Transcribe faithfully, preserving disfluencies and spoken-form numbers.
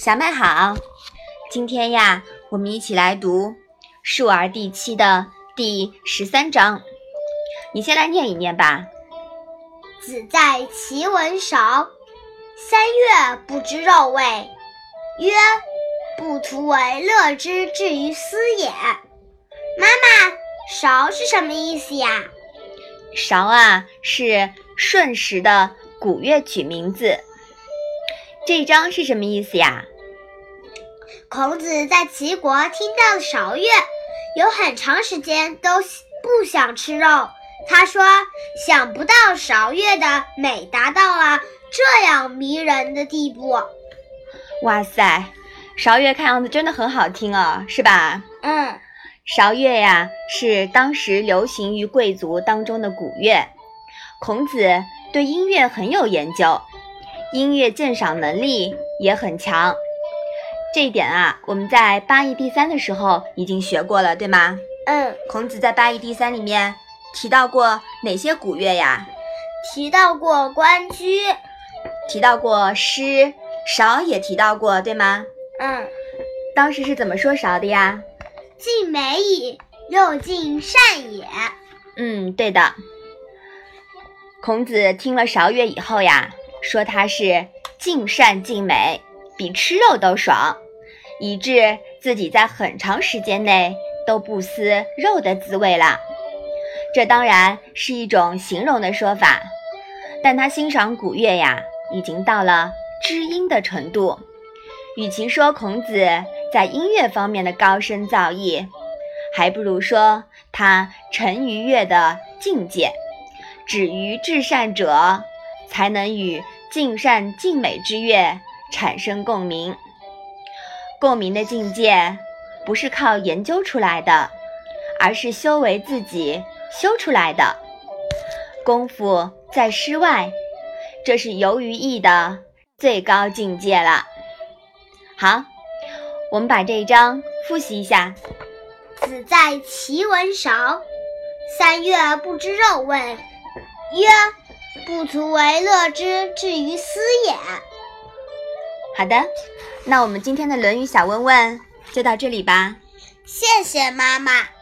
小麦好，今天呀，我们一起来读《述而》第七的第十三章。你先来念一念吧。 子在其闻韶，三月不知肉味，曰：不图为乐之至于斯也。妈妈，韶是什么意思呀？ 韶啊，是舜时的古乐曲名字。这一章是什么意思呀？ 孔子在齐国听到了韶乐，有很长时间都不想吃肉。他说，想不到韶乐的美达到了这样迷人的地步。 哇塞，韶乐看样子真的很好听啊，是吧？ 嗯， 韶乐呀，是当时流行于贵族当中的古乐。孔子对音乐很有研究，音乐鉴赏能力也很强。这一点啊，我们在八义第三的时候已经学过了，对吗？ 嗯， 孔子在八义第三里面提到过哪些古乐呀？ 提到过关雎， 提到过诗，韶也提到过，对吗？ 嗯， 当时是怎么说韶的呀？ 尽美矣，又尽善也。 嗯，对的。孔子听了韶乐以后呀，说它是尽善尽美，比吃肉都爽，以致自己在很长时间内都不思肉的滋味了。这当然是一种形容的说法，但他欣赏古乐呀，已经到了知音的程度。与其说孔子在音乐方面的高深造诣，还不如说他沉于乐的境界。止于至善者，才能与尽善尽美之乐产生共鸣。共鸣的境界不是靠研究出来的，而是修为自己修出来的。功夫在诗外，这是游于艺的最高境界了。好，我们把这一章复习一下。 子在其闻韶，三月不知肉味，曰：不图为乐之至于斯也。 好的，那我们今天的《论语》小问问就到这里吧。 谢谢妈妈。